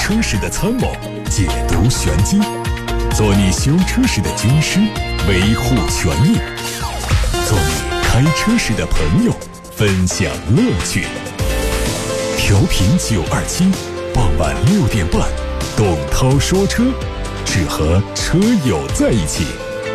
车时的参谋，解读玄机，做你修车时的军师，维护权益，做你开车时的朋友，分享乐趣。调频927，傍晚6点半，董涛说车，只和车友在一起。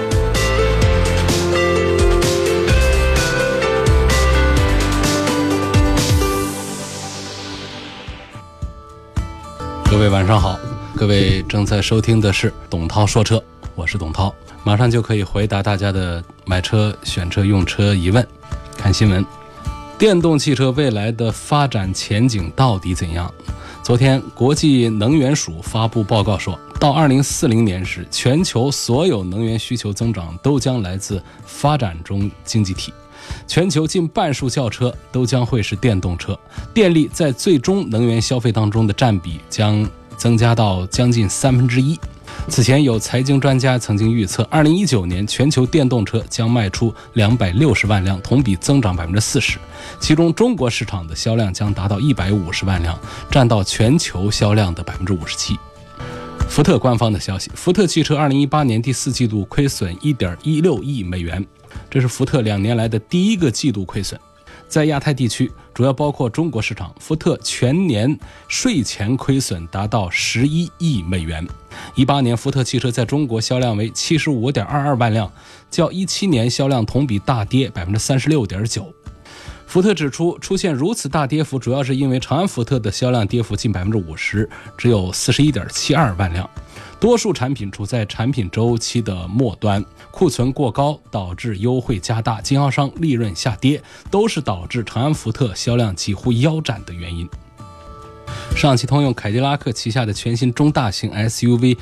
各位晚上好，各位正在收听的是董涛说车，我是董涛，马上就可以回答大家的买车、选车、用车疑问。看新闻，电动汽车未来的发展前景到底怎样？昨天国际能源署发布报告说，到2040年时，全球所有能源需求增长都将来自发展中经济体，全球近半数轿车都将会是电动车，电力在最终能源消费当中的占比将增加到将近1/3。此前有财经专家曾经预测，2019年全球电动车将卖出260万辆，同比增长40%，其中中国市场的销量将达到150万辆，占到全球销量的57%。福特官方的消息，福特汽车2018年第4季度亏损1.16亿美元，这是福特2年来的第一个季度亏损。在亚太地区，主要包括中国市场，福特全年税前亏损达到11亿美元。18年福特汽车在中国销量为75.22万辆，较17年销量同比大跌36.9%。福特指出，出现如此大跌幅，主要是因为长安福特的销量跌幅近50%，只有41.72万辆。多数产品处在产品周期的末端，库存过高导致优惠加大，经销商利润下跌，都是导致长安福特销量几乎腰斩的原因。上汽通用凯迪拉克旗下的全新中大型 SUV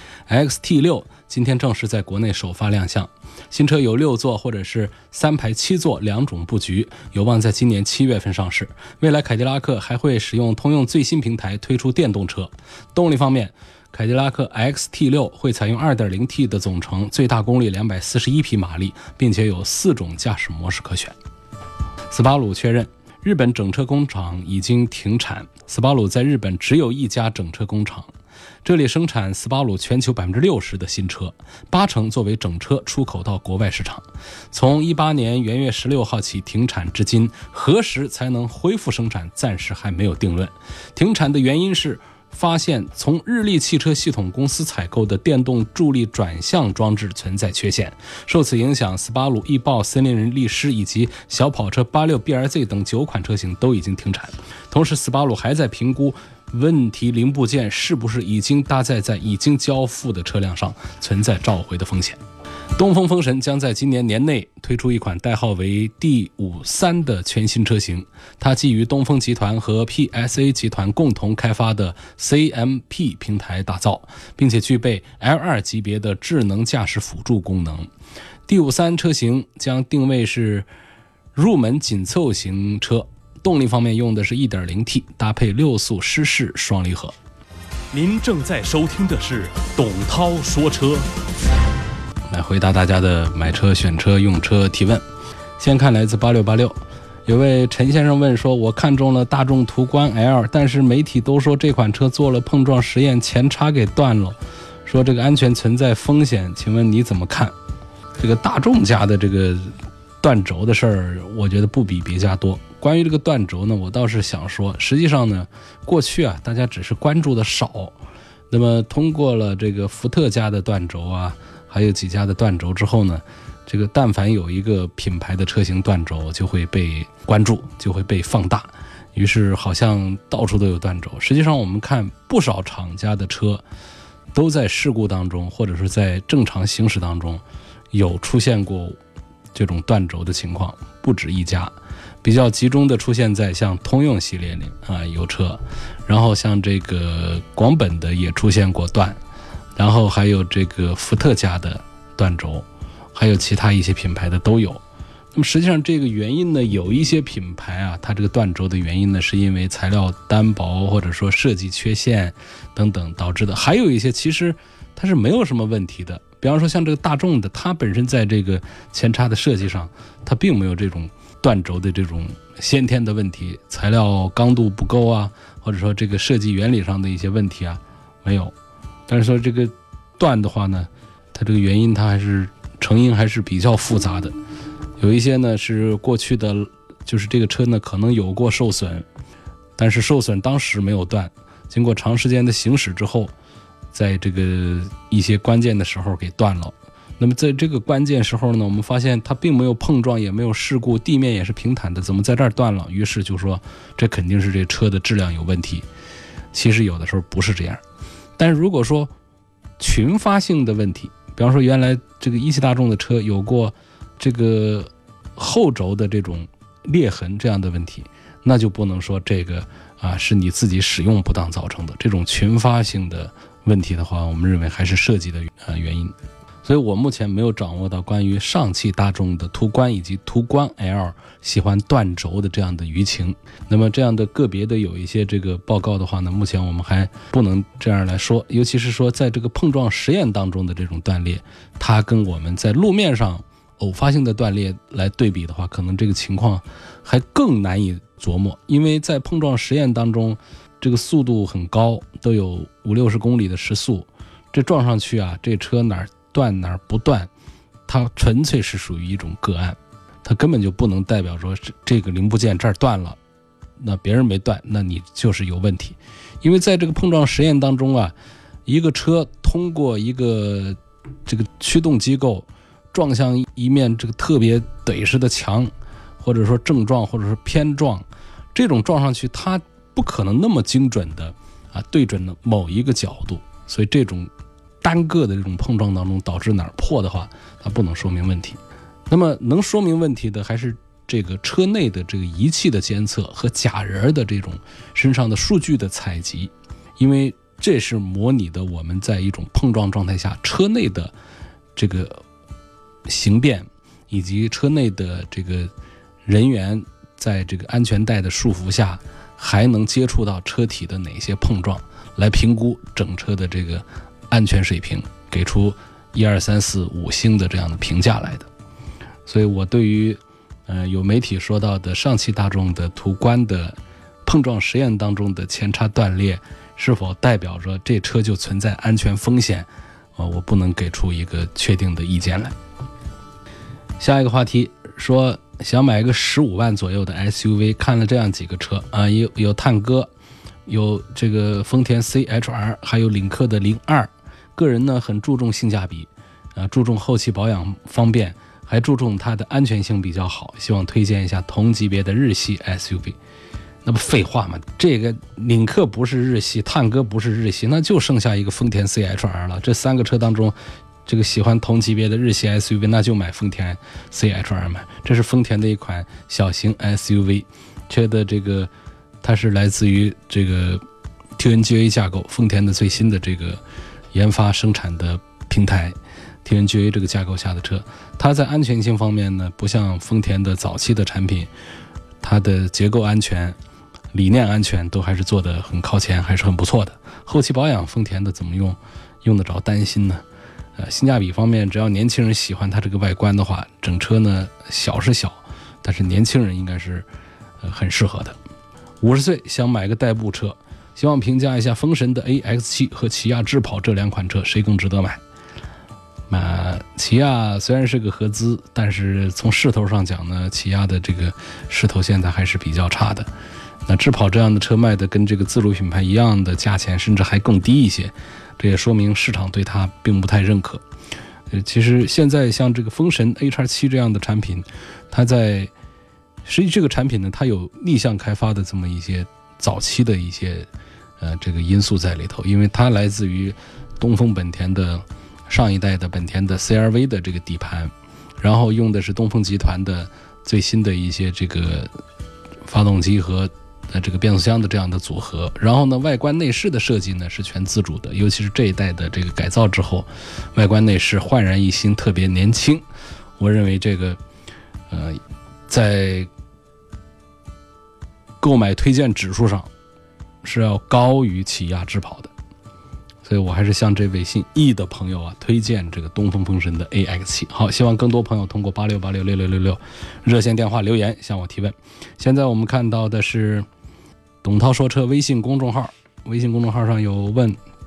XT6 今天正式在国内首发亮相。新车有6座或者是3排7座2种布局，有望在今年7月份上市。未来凯迪拉克还会使用通用最新平台推出电动车。动力方面，凯迪拉克 XT6 会采用 2.0T 的总成，最大功率241匹马力，并且有4种驾驶模式可选。斯巴鲁确认日本整车工厂已经停产，斯巴鲁在日本只有一家整车工厂，这里生产斯巴鲁全球60%的新车，80%作为整车出口到国外市场。从18年元月16号起停产至今，何时才能恢复生产暂时还没有定论。停产的原因是发现从日立汽车系统公司采购的电动助力转向装置存在缺陷，受此影响，斯巴鲁、翼豹、森林人、力狮以及小跑车86 BRZ 等9款车型都已经停产。同时，斯巴鲁还在评估问题零部件是不是已经搭载在已经交付的车辆上，存在召回的风险。东风风神将在今年年内推出一款代号为 D53 的全新车型，它基于东风集团和 PSA 集团共同开发的 CMP 平台打造，并且具备 L2 级别的智能驾驶辅助功能。D53 车型将定位是入门紧凑型车，动力方面用的是 1.0T， 搭配6速湿式双离合。 您正在收听的是董涛说车。 来回答大家的买车、选车、用车提问。先看来自8686，有位陈先生问说，我看中了大众途观 L， 但是媒体都说这款车做了碰撞实验，前叉给断了，说这个安全存在风险，请问你怎么看？这个大众家的这个断轴的事儿，我觉得不比别家多。关于这个断轴呢，我倒是想说，实际上呢，过去啊，大家只是关注的少，那么通过了这个福特家的断轴啊，还有几家的断轴之后呢，这个但凡有一个品牌的车型断轴就会被关注，就会被放大，于是好像到处都有断轴。实际上我们看不少厂家的车都在事故当中，或者是在正常行驶当中有出现过这种断轴的情况，不止一家，比较集中的出现在像通用系列里有车，然后像这个广本的也出现过断，然后还有这个福特家的断轴，还有其他一些品牌的都有。那么实际上这个原因呢，有一些品牌啊，它这个断轴的原因呢，是因为材料单薄或者说设计缺陷等等导致的，还有一些其实它是没有什么问题的。比方说像这个大众的，它本身在这个前叉的设计上，它并没有这种断轴的这种先天的问题，材料刚度不够啊，或者说这个设计原理上的一些问题啊， 没有。但是说这个断的话呢，它这个原因它还是成因还是比较复杂的。有一些呢是过去的，就是这个车呢可能有过受损，但是受损当时没有断，经过长时间的行驶之后，在这个一些关键的时候给断了。那么在这个关键时候呢，我们发现它并没有碰撞，也没有事故，地面也是平坦的，怎么在这儿断了？于是就说这肯定是这车的质量有问题。其实有的时候不是这样，但是如果说群发性的问题，比方说原来这个一汽大众的车有过这个后轴的这种裂痕这样的问题，那就不能说这个是你自己使用不当造成的。这种群发性的问题的话，我们认为还是设计的原因。所以我目前没有掌握到关于上汽大众的途观以及途观 L 喜欢断轴的这样的舆情。那么这样的个别的有一些这个报告的话呢，目前我们还不能这样来说，尤其是说在这个碰撞实验当中的这种断裂，它跟我们在路面上偶发性的断裂来对比的话，可能这个情况还更难以琢磨。因为在碰撞实验当中，这个速度很高，都有50-60公里的时速，这撞上去这车哪儿断哪儿不断，它纯粹是属于一种个案，它根本就不能代表说这个零部件这儿断了，那别人没断，那你就是有问题。因为在这个碰撞实验当中一个车通过一个这个驱动机构撞向一面这个特别怼实的墙，或者说正撞或者说偏撞，这种撞上去它不可能那么精准的对准了某一个角度，所以这种单个的这种碰撞当中导致哪儿破的话，它不能说明问题。那么能说明问题的还是这个车内的这个仪器的监测和假人的这种身上的数据的采集，因为这是模拟的我们在一种碰撞状态下车内的这个形变，以及车内的这个人员在这个安全带的束缚下还能接触到车体的哪些碰撞，来评估整车的这个安全水平，给出1、2、3、4、5星的这样的评价来的。所以我对于有媒体说到的上汽大众的途观的碰撞实验当中的前叉断裂，是否代表着这车就存在安全风险，我不能给出一个确定的意见来。下一个话题说想买个15万左右的 SUV， 看了这样几个车有探戈，有这个丰田 CHR， 还有领克的02。个人呢很注重性价比注重后期保养方便，还注重它的安全性比较好，希望推荐一下同级别的日系 SUV。 那不废话嘛，这个领克不是日系，探戈不是日系，那就剩下一个丰田 CHR 了。这3个车当中，这个喜欢同级别的日系 SUV， 那就买丰田 CHR 嘛。这是丰田的一款小型 SUV， 车的这个它是来自于这个 TNGA 架构，丰田的最新的这个研发生产的平台 TNGA 这个架构下的车。它在安全性方面呢，不像丰田的早期的产品，它的结构安全、理念安全都还是做得很靠前，还是很不错的。后期保养丰田的怎么用得着担心呢？性价比方面，只要年轻人喜欢它这个外观的话，整车呢小是小，但是年轻人应该是很适合的。50岁想买个代步车，希望评价一下风神的 AX7 和起亚智跑这2款车谁更值得买。起亚虽然是个合资，但是从势头上讲呢，起亚的这个势头现在还是比较差的。那智跑这样的车卖的跟这个自主品牌一样的价钱，甚至还更低一些，这也说明市场对它并不太认可。其实现在像这个风神 HR7 这样的产品，它在实际这个产品呢，它有逆向开发的这么一些早期的一些这个因素在里头，因为它来自于东风本田的上一代的本田的 CR-V 的这个底盘，然后用的是东风集团的最新的一些这个发动机和这个变速箱的这样的组合，然后呢外观内饰的设计呢是全自主的，尤其是这一代的这个改造之后，外观内饰焕然一新，特别年轻。我认为这个在购买推荐指数上是要高于起亚智跑的，所以我还是向这位姓易的朋友推荐这个东风风神的 AX7。 好，希望更多朋友通过86866666热线电话留言向我提问。现在我们看到的是董涛说车微信公众号，微信公众号上有问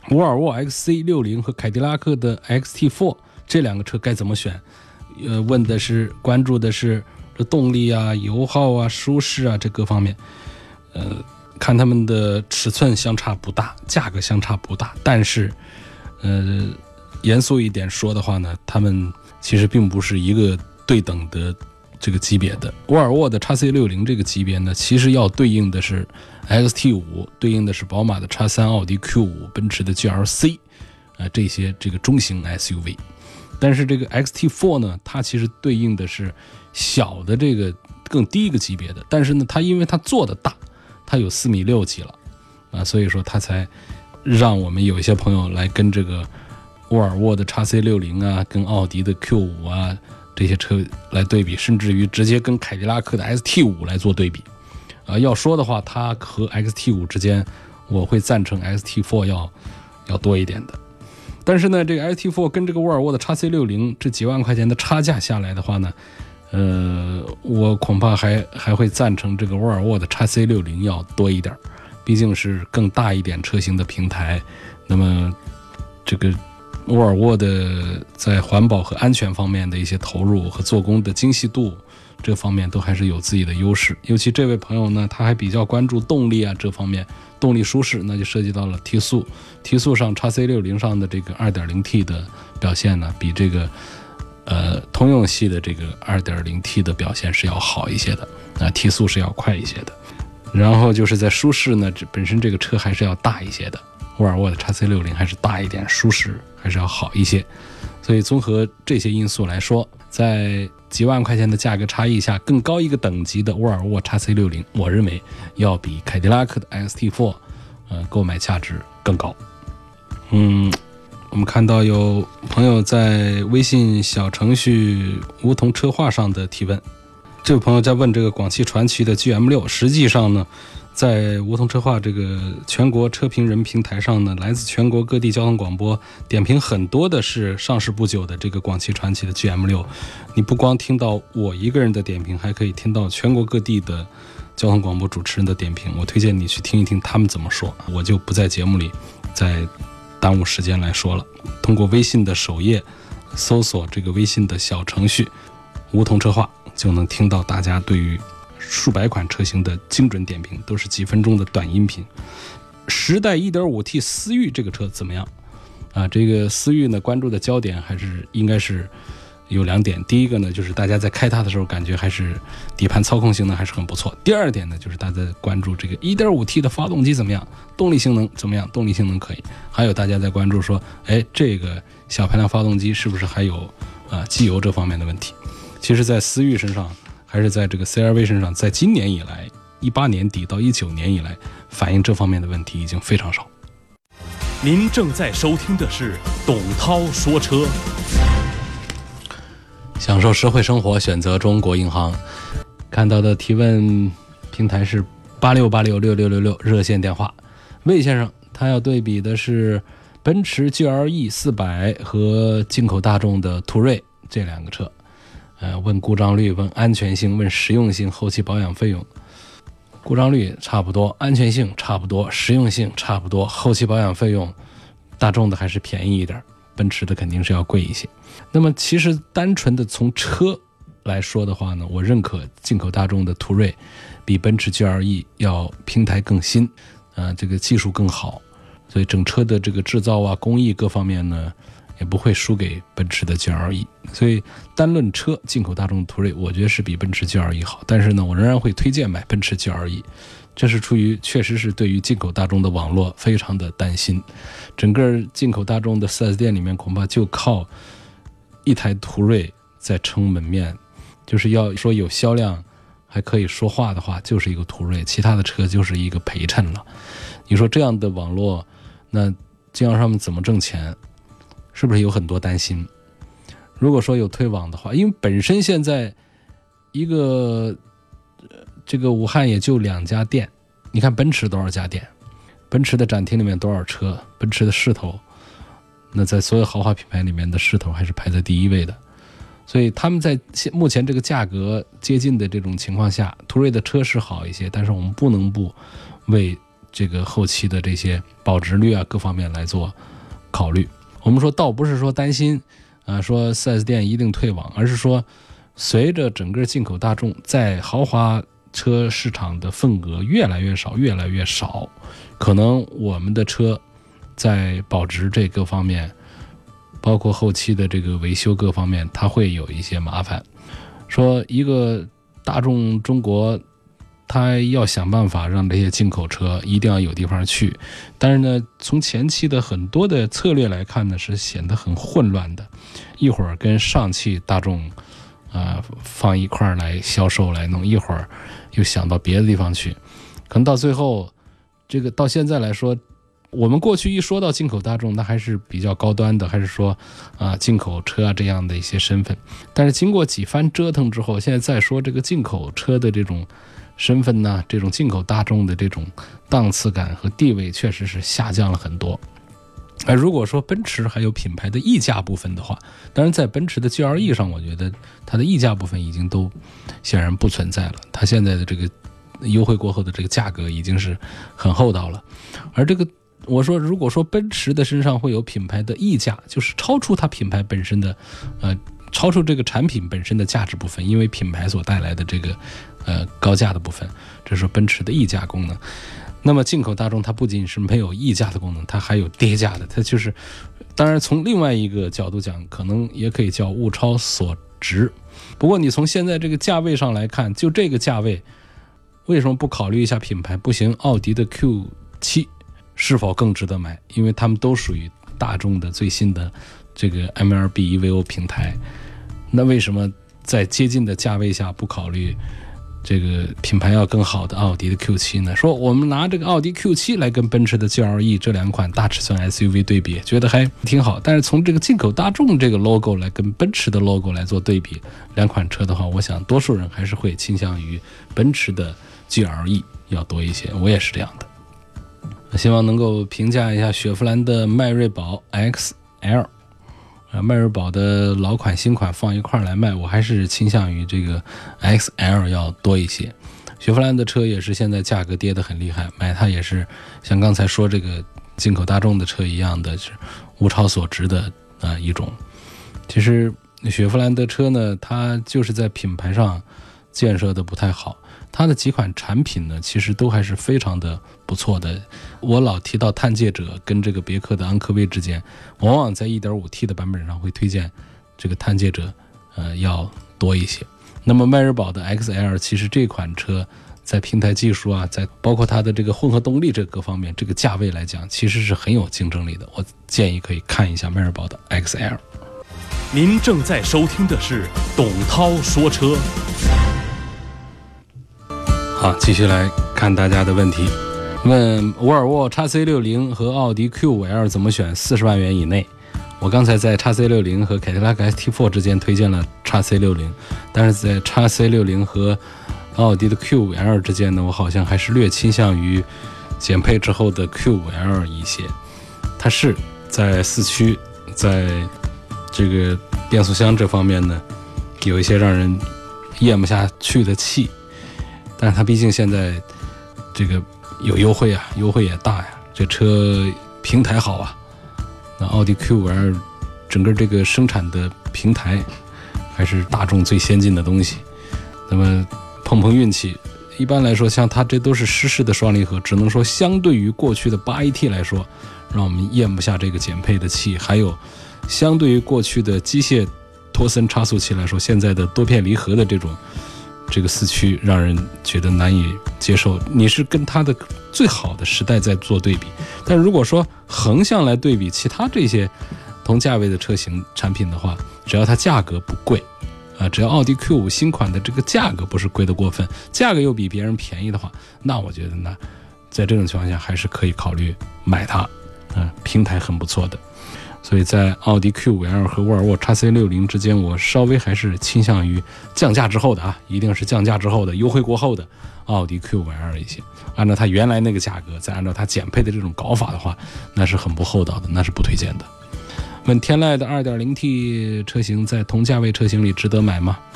沃尔沃 XC60 和凯迪拉克的 XT4 这两个车该怎么选？关注的是这动力啊、油耗啊、舒适啊这各方面。看他们的尺寸相差不大，价格相差不大，但是严肃一点说的话呢，他们其实并不是一个对等的这个级别的。沃尔沃的 XC60 这个级别呢，其实要对应的是 XT5， 对应的是宝马的 X3、奥迪 Q5、奔驰的 GLC 这些这个中型 SUV。但是这个 XT4 呢，它其实对应的是小的这个更低一个级别的，但是呢，它因为它做的大，它有4.6米级了所以说它才让我们有一些朋友来跟这个沃尔沃的 XC60 啊，跟奥迪的 Q5 啊这些车来对比，甚至于直接跟凯迪拉克的 XT5 来做对比。要说的话，它和 XT5 之间，我会赞成 XT4 要多一点的。但是呢，这个 XT4 跟这个沃尔沃的 XC60 这几万块钱的差价下来的话呢，我恐怕还会赞成这个沃尔沃的 XC60 要多一点，毕竟是更大一点车型的平台。那么这个沃尔沃的在环保和安全方面的一些投入和做工的精细度这方面都还是有自己的优势。尤其这位朋友呢，他还比较关注动力啊这方面，动力舒适，那就涉及到了提速上 XC60 上的这个 2.0T 的表现呢，比这个通用系的这个 2.0T 的表现是要好一些的提速是要快一些的。然后就是在舒适呢，本身这个车还是要大一些的，沃尔沃的 XC60 还是大一点，舒适还是要好一些。所以综合这些因素来说，在几万块钱的价格差异下，更高一个等级的沃尔沃 XC60 我认为要比凯迪拉克的 XT4 购买价值更高。我们看到有朋友在微信小程序梧桐车话上的提问，这位朋友在问这个广汽传祺的 GM6， 实际上呢，在梧桐车话这个全国车评人平台上呢，来自全国各地交通广播点评很多的是上市不久的这个广汽传祺的 GM6。你不光听到我一个人的点评，还可以听到全国各地的交通广播主持人的点评。我推荐你去听一听他们怎么说，我就不在节目里再耽误时间来说了。通过微信的首页搜索这个微信的小程序梧桐车话，就能听到大家对于数百款车型的精准点评，都是几分钟的短音频。时代 1.5T 思域这个车怎么样这个思域呢，关注的焦点还是应该是有2点。第一个呢，就是大家在开它的时候感觉还是底盘操控性能还是很不错。第二点呢，就是大家在关注这个 1.5T 的发动机怎么样，动力性能怎么样，动力性能可以。还有大家在关注说，这个小排量发动机是不是还有机油这方面的问题。其实在思域身上还是在这个 CR-V 身上，在今年以来18年底到19年以来，反映这方面的问题已经非常少。 您正在收听的是董涛说车。 享受实惠生活，选择中国银行。看到的提问平台是86866666热线电话。魏先生他要对比的是奔驰 GLE 400和进口大众的途锐这2个车，问故障率，问安全性，问实用性，后期保养费用。故障率差不多，安全性差不多，实用性差不多，后期保养费用大众的还是便宜一点，奔驰的肯定是要贵一些。那么其实单纯的从车来说的话呢，我认可进口大众的途锐比奔驰 GLE 要平台更新，这个技术更好，所以整车的这个制造啊、工艺各方面呢，也不会输给奔驰的 GLE。所以单论车，进口大众的途锐我觉得是比奔驰 GLE 好，但是呢，我仍然会推荐买奔驰 GLE。这是出于确实是对于进口大众的网络非常的担心，整个进口大众的 4S 店里面恐怕就靠一台途锐在撑门面，就是要说有销量还可以说话的话，就是一个途锐，其他的车就是一个陪衬了。你说这样的网络，那经销商们怎么挣钱？是不是有很多担心？如果说有推网的话，因为本身现在一个这个武汉也就2家店，你看奔驰多少家店，奔驰的展厅里面多少车，奔驰的势头，那在所有豪华品牌里面的势头还是排在第1位的。所以他们在目前这个价格接近的这种情况下，途锐的车是好一些，但是我们不能不为这个后期的这些保值率啊各方面来做考虑。我们说倒不是说担心说 4S 店一定退网，而是说随着整个进口大众在豪华车市场的份额越来越少，可能我们的车在保值这个方面，包括后期的这个维修各方面，它会有一些麻烦。说一个大众中国，它要想办法让这些进口车一定要有地方去，但是呢，从前期的很多的策略来看呢，是显得很混乱的。一会儿跟上汽大众放一块来销售来弄，一会儿又想到别的地方去，可能到最后，这个到现在来说，我们过去一说到进口大众，那还是比较高端的，还是说进口车这样的一些身份。但是经过几番折腾之后，现在再说这个进口车的这种身份呢，这种进口大众的这种档次感和地位确实是下降了很多。如果说奔驰还有品牌的溢价部分的话，当然在奔驰的 GLE 上，我觉得它的溢价部分已经都显然不存在了，它现在的这个优惠过后的这个价格已经是很厚道了。而这个我说，如果说奔驰的身上会有品牌的溢价，就是超出它品牌本身的超出这个产品本身的价值部分，因为品牌所带来的这个高价的部分，这是奔驰的溢价功能。那么进口大众它不仅是没有溢价的功能，它还有跌价的，它就是当然从另外一个角度讲，可能也可以叫物超所值。不过你从现在这个价位上来看，就这个价位为什么不考虑一下品牌？不行，奥迪的 Q7 是否更值得买？因为他们都属于大众的最新的这个 MLB EVO 平台，那为什么在接近的价位下不考虑这个品牌要更好的奥迪的 Q7 呢？说我们拿这个奥迪 Q7 来跟奔驰的 GLE 这两款大尺寸 SUV 对比，觉得还挺好。但是从这个进口大众这个 logo 来跟奔驰的 logo 来做对比，两款车的话，我想多数人还是会倾向于奔驰的 GLE 要多一些，我也是这样的。希望能够评价一下雪佛兰的迈锐宝 XL。迈锐宝的老款新款放一块来卖，我还是倾向于这个 XL 要多一些。雪佛兰的车也是现在价格跌得很厉害，买它也是像刚才说这个进口大众的车一样的，是物超所值的一种。其实雪佛兰的车呢，它就是在品牌上建设的不太好，它的几款产品呢，其实都还是非常的不错的。我老提到探界者跟这个别克的昂科威之间，往往在 1.5T 的版本上会推荐这个探界者要多一些。那么迈锐宝的 XL 其实这款车在平台技术啊，在包括它的这个混合动力这各方面，这个价位来讲其实是很有竞争力的。我建议可以看一下迈锐宝的 XL。 您正在收听的是董涛说车。 好，继续来看大家的问题。问沃尔沃 XC60 和奥迪 Q5L 怎么选40万元以内？我刚才在 XC60 和凯迪拉克 ST4 之间推荐了 XC60， 但是在 XC60 和奥迪的 Q5L 之间呢，我好像还是略倾向于减配之后的 Q5L 一些。它是在四驱，在这个变速箱这方面呢，有一些让人咽不下去的气，但是它毕竟现在这个有优惠啊，优惠也大呀，这车平台好啊。那奥迪 Q5L 整个这个生产的平台还是大众最先进的东西。那么碰碰运气，一般来说像它这都是湿式的双离合，只能说相对于过去的 8AT 来说，让我们咽不下这个减配的气。还有相对于过去的机械托森差速器来说，现在的多片离合的这个四驱让人觉得难以接受。你是跟它的最好的时代在做对比，但如果说横向来对比其他这些同价位的车型产品的话，只要它价格不贵只要奥迪 Q5 新款的这个价格不是贵得过分，价格又比别人便宜的话，那我觉得呢，在这种情况下还是可以考虑买它平台很不错的。所以在奥迪 Q5L 和沃尔沃 XC60 之间，我稍微还是倾向于降价之后的一定是降价之后的优惠过后的奥迪 Q5L 一些。按照它原来那个价格，再按照它减配的这种搞法的话，那是很不厚道的，那是不推荐的。问天籁的 2.0T 车型在同价位车型里值得买吗？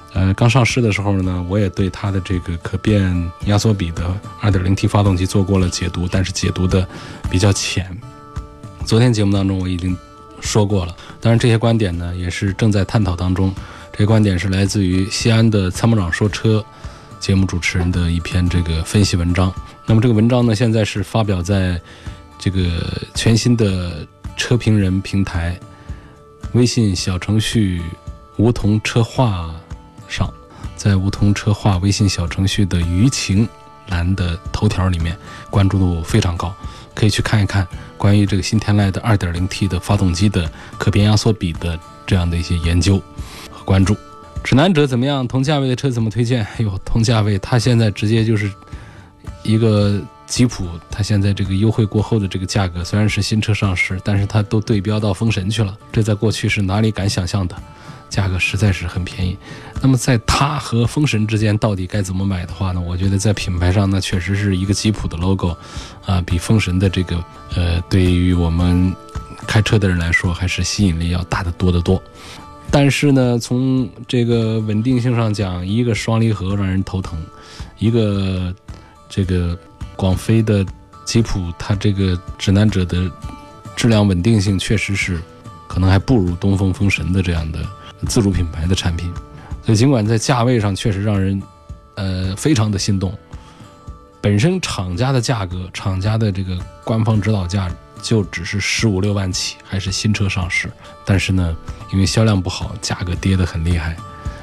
刚上市的时候呢，我也对它的这个可变压缩比的 2.0T 发动机做过了解读，但是解读的比较浅。昨天节目当中我已经说过了，当然这些观点呢也是正在探讨当中。这些观点是来自于西安的参谋长说车节目主持人的一篇这个分析文章。那么这个文章呢，现在是发表在这个全新的车评人平台微信小程序梧桐车话上，在梧桐车话微信小程序的舆情栏的头条里面关注度非常高，可以去看一看关于这个新天籁的 2.0T 的发动机的可变压缩比的这样的一些研究和关注。指南者怎么样？同价位的车怎么推荐？同价位它现在直接就是一个吉普，它现在这个优惠过后的这个价格虽然是新车上市，但是它都对标到风神去了，这在过去是哪里敢想象的，价格实在是很便宜。那么在它和风神之间到底该怎么买的话呢，我觉得在品牌上那确实是一个吉普的 logo 比风神的这个对于我们开车的人来说还是吸引力要大得多得多。但是呢，从这个稳定性上讲，一个双离合让人头疼，一个这个广飞的吉普，它这个指南者的质量稳定性确实是可能还不如东风风神的这样的自主品牌的产品。所以尽管在价位上确实让人非常的心动，本身厂家的价格，厂家的这个官方指导价就只是15、16万起，还是新车上市，但是呢因为销量不好，价格跌得很厉害。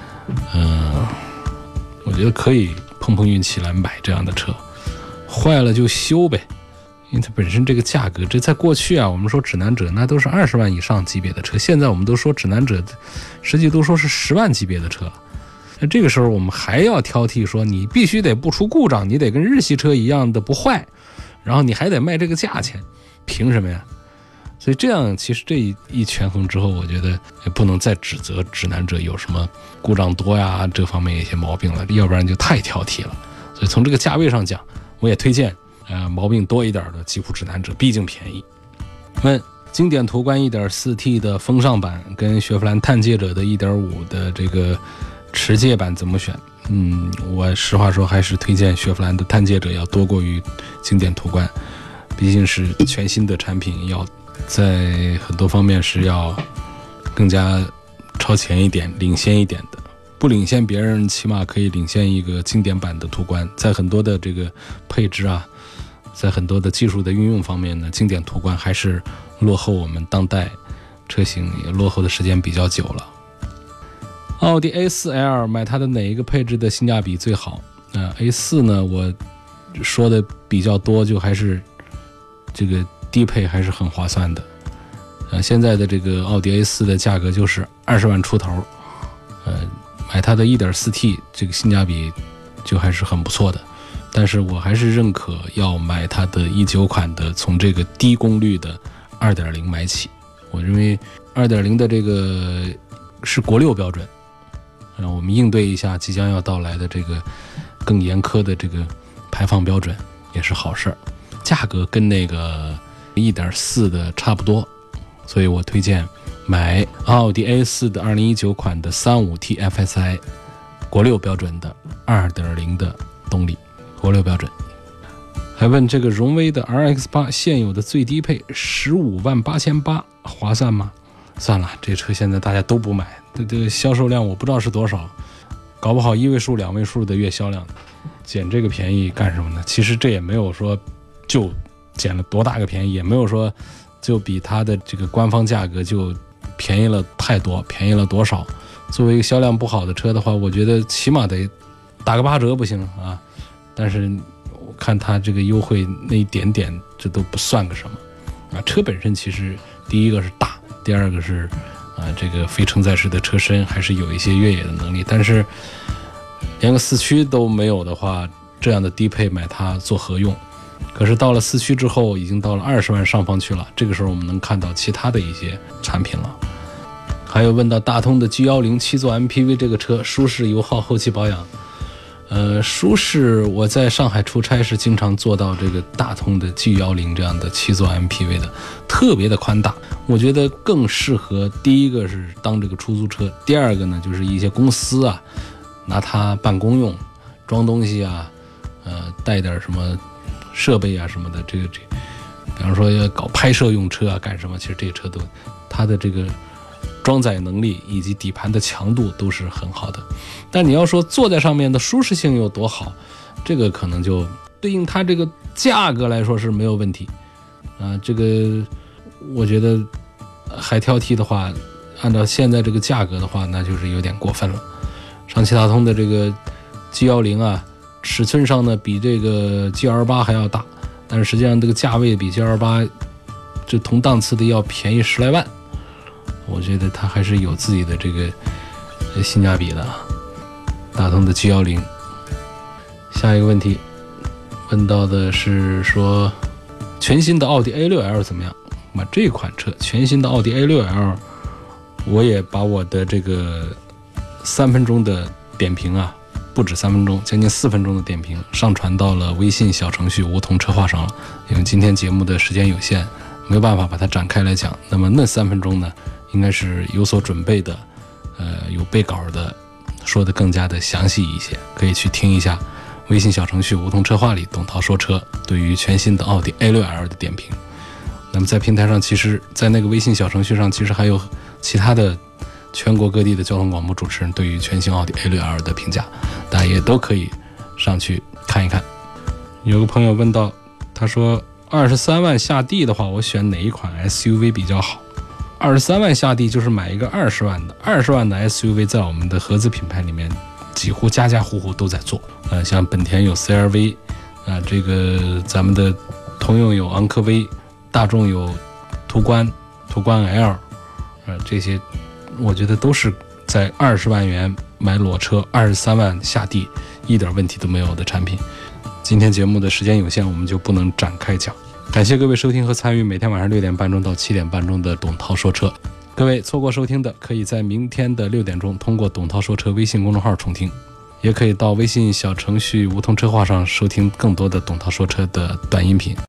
我觉得可以碰碰运气来买这样的车，坏了就修呗，因为它本身这个价格，这在过去啊，我们说指南者那都是20万以上级别的车，现在我们都说指南者实际都说是10万级别的车了。那这个时候我们还要挑剔说你必须得不出故障，你得跟日系车一样的不坏，然后你还得卖这个价钱，凭什么呀？所以这样其实这一权衡之后，我觉得也不能再指责指南者有什么故障多呀这方面一些毛病了，要不然就太挑剔了。所以从这个价位上讲，我也推荐毛病多一点的吉普指南者，毕竟便宜。问经典途观 1.4T 的风尚版跟雪佛兰探界者的 1.5 的这个持界版怎么选？我实话说还是推荐雪佛兰的探界者要多过于经典途观，毕竟是全新的产品，要在很多方面是要更加超前一点，领先一点的。不领先别人，起码可以领先一个经典版的途观。在很多的这个配置啊，在很多的技术的运用方面呢，经典途观还是落后我们当代车型，也落后的时间比较久了。奥迪 A4L 买它的哪一个配置的性价比最好？A4 呢，我说的比较多，就还是这个低配还是很划算的。现在的这个奥迪 A4 的价格就是20万出头，买它的 1.4T 这个性价比就还是很不错的。但是我还是认可要买它的19款的，从这个低功率的 2.0 买起。我认为 2.0 的这个是国6标准，让我们应对一下即将要到来的这个更严苛的这个排放标准也是好事儿。价格跟那个 1.4 的差不多，所以我推荐买奥迪 A4 的2019款的 35T FSI 国6标准的 2.0 的动力，国6标准。还问这个荣威的 RX8 现有的最低配158800划算吗？算了，这车现在大家都不买，这销售量我不知道是多少，搞不好1位数2位数的月销量，捡这个便宜干什么呢？其实这也没有说就捡了多大个便宜，也没有说就比它的这个官方价格就便宜了太多，便宜了多少。作为一个销量不好的车的话，我觉得起码得打个8折不行啊。但是我看它这个优惠那一点点，这都不算个什么啊。车本身其实第一个是大，第二个是这个非承载式的车身还是有一些越野的能力，但是连个4驱都没有的话，这样的低配买它做何用？可是到了4驱之后，已经到了20万上方去了，这个时候我们能看到其他的一些产品了。还有问到大通的 G10 7座 MPV 这个车舒适油耗后期保养。舒适，我在上海出差是经常坐到这个大通的 G10 这样的7座 MPV 的，特别的宽大，我觉得更适合第一个是当这个出租车，第二个呢就是一些公司啊拿它办公用，装东西啊，带点什么设备啊什么的，这比方说要搞拍摄用车啊，干什么？其实这个车都它的这个装载能力以及底盘的强度都是很好的。但你要说坐在上面的舒适性有多好，这个可能就对应它这个价格来说是没有问题啊。这个我觉得还挑剔的话，按照现在这个价格的话，那就是有点过分了。上汽大通的这个 G10啊，尺寸上呢比这个 GL8 还要大，但是实际上这个价位比 GL8 这同档次的要便宜10来万，我觉得它还是有自己的这个性价比的啊。大通的 G10。下一个问题问到的是说全新的奥迪 A6L 怎么样？这款车全新的奥迪 A6L， 我也把我的这个3分钟的点评啊，不止3分钟，将近4分钟的点评上传到了微信小程序梧桐车话上了。因为今天节目的时间有限，没有办法把它展开来讲。那么那3分钟呢，应该是有所准备的，有备稿的，说的更加的详细一些，可以去听一下微信小程序梧桐车话里董涛说车对于全新的奥迪 A6L 的点评。那么在平台上，其实在那个微信小程序上，其实还有其他的全国各地的交通广播主持人对于全新奥迪 A6L 的评价，大家也都可以上去看一看。有个朋友问到，他说23万下地的话，我选哪一款 SUV 比较好？23万下地就是买一个20万的，20万的 SUV 在我们的合资品牌里面几乎家家户户都在做。像本田有 CR-V， 这个咱们的通用有昂科威，大众有途观 L， 这些我觉得都是在20万元买裸车，23万下地一点问题都没有的产品。今天节目的时间有限，我们就不能展开讲。感谢各位收听和参与每天晚上6点半钟到7点半钟的董涛说车。各位错过收听的，可以在明天的6点钟通过董涛说车微信公众号重听，也可以到微信小程序梧桐车话上收听更多的董涛说车的短音频。